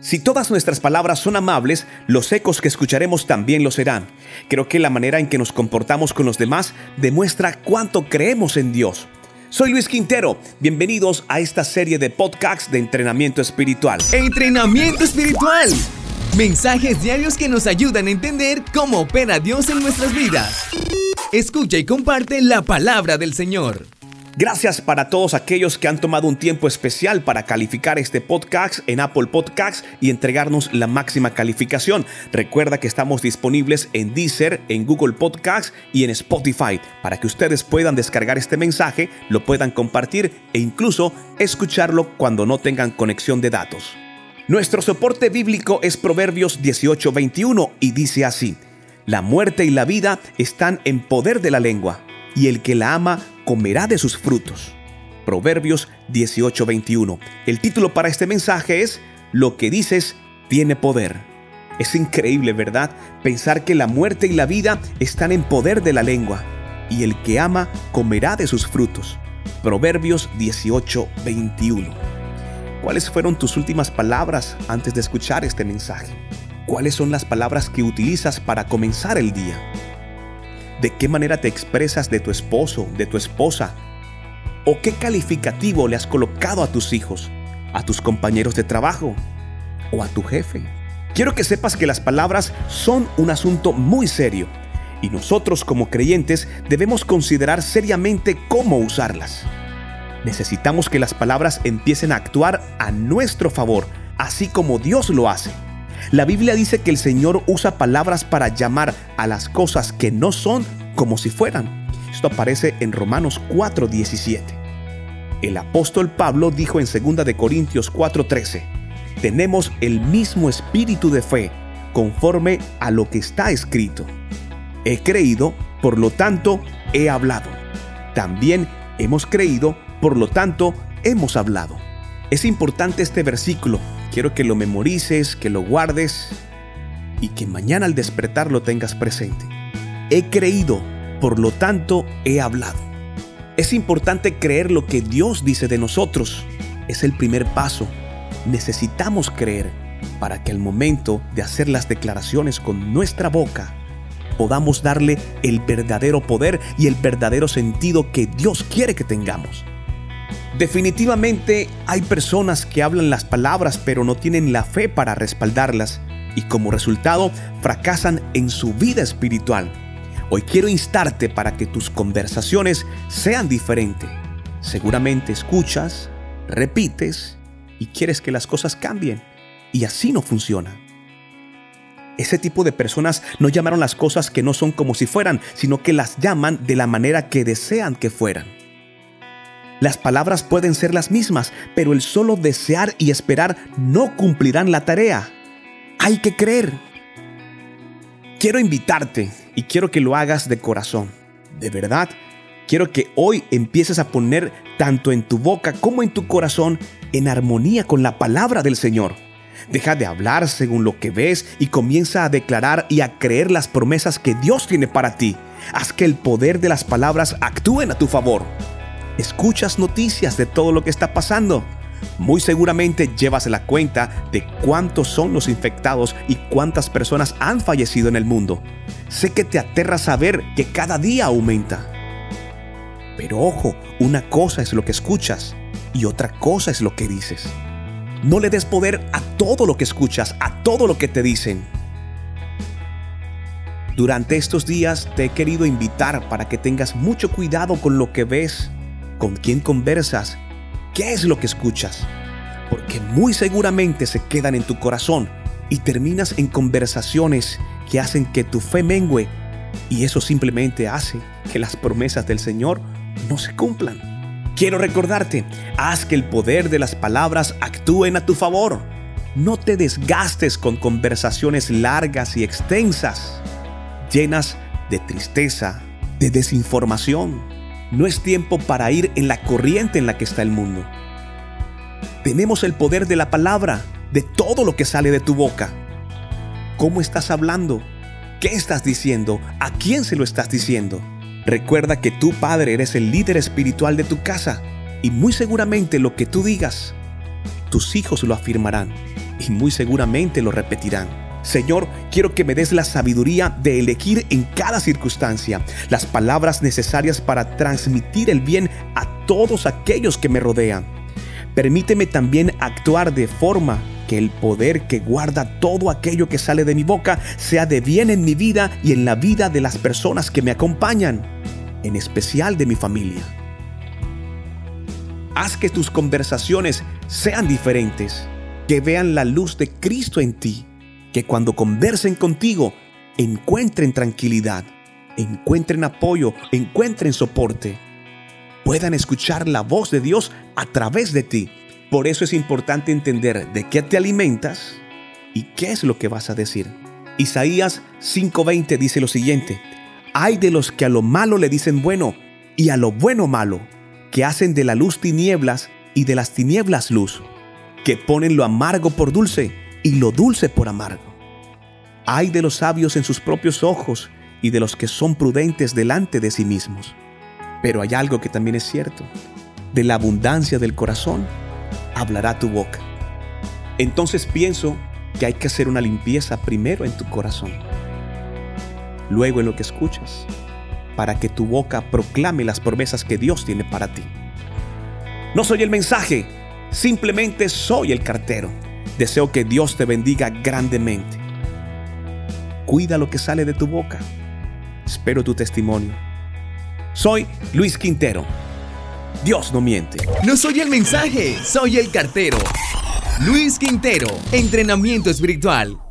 Si todas nuestras palabras son amables, los ecos que escucharemos también lo serán. Creo que la manera en que nos comportamos con los demás demuestra cuánto creemos en Dios. Soy Luis Quintero. Bienvenidos a esta serie de podcasts de entrenamiento espiritual. ¡Entrenamiento espiritual! Mensajes diarios que nos ayudan a entender cómo opera Dios en nuestras vidas. Escucha y comparte la palabra del Señor. Gracias para todos aquellos que han tomado un tiempo especial para calificar este podcast en Apple Podcasts y entregarnos la máxima calificación. Recuerda que estamos disponibles en Deezer, en Google Podcasts y en Spotify para que ustedes puedan descargar este mensaje, lo puedan compartir e incluso escucharlo cuando no tengan conexión de datos. Nuestro soporte bíblico es Proverbios 18:21 y dice así: la muerte y la vida están en poder de la lengua, y el que la ama comerá de sus frutos. Proverbios 18:21. El título para este mensaje es Lo que dices tiene poder. Es increíble, ¿verdad? Pensar que la muerte y la vida están en poder de la lengua, y el que ama comerá de sus frutos. Proverbios 18:21. ¿Cuáles fueron tus últimas palabras antes de escuchar este mensaje? ¿Cuáles son las palabras que utilizas para comenzar el día? ¿De qué manera te expresas de tu esposo, de tu esposa? ¿O qué calificativo le has colocado a tus hijos, a tus compañeros de trabajo o a tu jefe? Quiero que sepas que las palabras son un asunto muy serio y nosotros como creyentes debemos considerar seriamente cómo usarlas. Necesitamos que las palabras empiecen a actuar a nuestro favor, así como Dios lo hace. La Biblia dice que el Señor usa palabras para llamar a las cosas que no son como si fueran. Esto aparece en Romanos 4:17. El apóstol Pablo dijo en 2 de Corintios 4:13: tenemos el mismo espíritu de fe, conforme a lo que está escrito. He creído, por lo tanto he hablado. También hemos creído, por lo tanto hemos hablado. Es importante este versículo. Quiero que lo memorices, que lo guardes y que mañana al despertar lo tengas presente. He creído, por lo tanto he hablado. Es importante creer lo que Dios dice de nosotros. Es el primer paso. Necesitamos creer para que al momento de hacer las declaraciones con nuestra boca podamos darle el verdadero poder y el verdadero sentido que Dios quiere que tengamos. Definitivamente hay personas que hablan las palabras pero no tienen la fe para respaldarlas y como resultado fracasan en su vida espiritual. Hoy quiero instarte para que tus conversaciones sean diferentes. Seguramente escuchas, repites y quieres que las cosas cambien y así no funciona. Ese tipo de personas no llamaron las cosas que no son como si fueran, sino que las llaman de la manera que desean que fueran. Las palabras pueden ser las mismas, pero el solo desear y esperar no cumplirán la tarea. Hay que creer. Quiero invitarte y quiero que lo hagas de corazón. De verdad, quiero que hoy empieces a poner tanto en tu boca como en tu corazón en armonía con la palabra del Señor. Deja de hablar según lo que ves y comienza a declarar y a creer las promesas que Dios tiene para ti. Haz que el poder de las palabras actúen a tu favor. Escuchas noticias de todo lo que está pasando. Muy seguramente llevas la cuenta de cuántos son los infectados y cuántas personas han fallecido en el mundo. Sé que te aterra saber que cada día aumenta. Pero ojo, una cosa es lo que escuchas y otra cosa es lo que dices. No le des poder a todo lo que escuchas, a todo lo que te dicen. Durante estos días te he querido invitar para que tengas mucho cuidado con lo que ves, con quién conversas, qué es lo que escuchas, porque muy seguramente se quedan en tu corazón y terminas en conversaciones que hacen que tu fe mengüe y eso simplemente hace que las promesas del Señor no se cumplan. Quiero recordarte, haz que el poder de las palabras actúen a tu favor. No te desgastes con conversaciones largas y extensas, llenas de tristeza, de desinformación. No es tiempo para ir en la corriente en la que está el mundo. Tenemos el poder de la palabra, de todo lo que sale de tu boca. ¿Cómo estás hablando? ¿Qué estás diciendo? ¿A quién se lo estás diciendo? Recuerda que tú, padre, eres el líder espiritual de tu casa y muy seguramente lo que tú digas tus hijos lo afirmarán y muy seguramente lo repetirán. Señor, quiero que me des la sabiduría de elegir en cada circunstancia las palabras necesarias para transmitir el bien a todos aquellos que me rodean. Permíteme también actuar de forma que el poder que guarda todo aquello que sale de mi boca sea de bien en mi vida y en la vida de las personas que me acompañan, en especial de mi familia. Haz que tus conversaciones sean diferentes, que vean la luz de Cristo en ti, que cuando conversen contigo encuentren tranquilidad, encuentren apoyo, encuentren soporte, puedan escuchar la voz de Dios a través de ti. Por eso es importante entender de qué te alimentas y qué es lo que vas a decir. Isaías 5:20 dice lo siguiente: Ay de los que a lo malo le dicen bueno y a lo bueno malo, que hacen de la luz tinieblas y de las tinieblas luz, que ponen lo amargo por dulce y lo dulce por amargo. Ay de los sabios en sus propios ojos y de los que son prudentes delante de sí mismos. Pero hay algo que también es cierto: de la abundancia del corazón hablará tu boca. Entonces pienso que hay que hacer una limpieza primero en tu corazón, luego en lo que escuchas, para que tu boca proclame las promesas que Dios tiene para ti. No soy el mensaje, simplemente soy el cartero. Deseo que Dios te bendiga grandemente. Cuida lo que sale de tu boca. Espero tu testimonio. Soy Luis Quintero. Dios no miente. No soy el mensaje, soy el cartero. Luis Quintero, entrenamiento espiritual.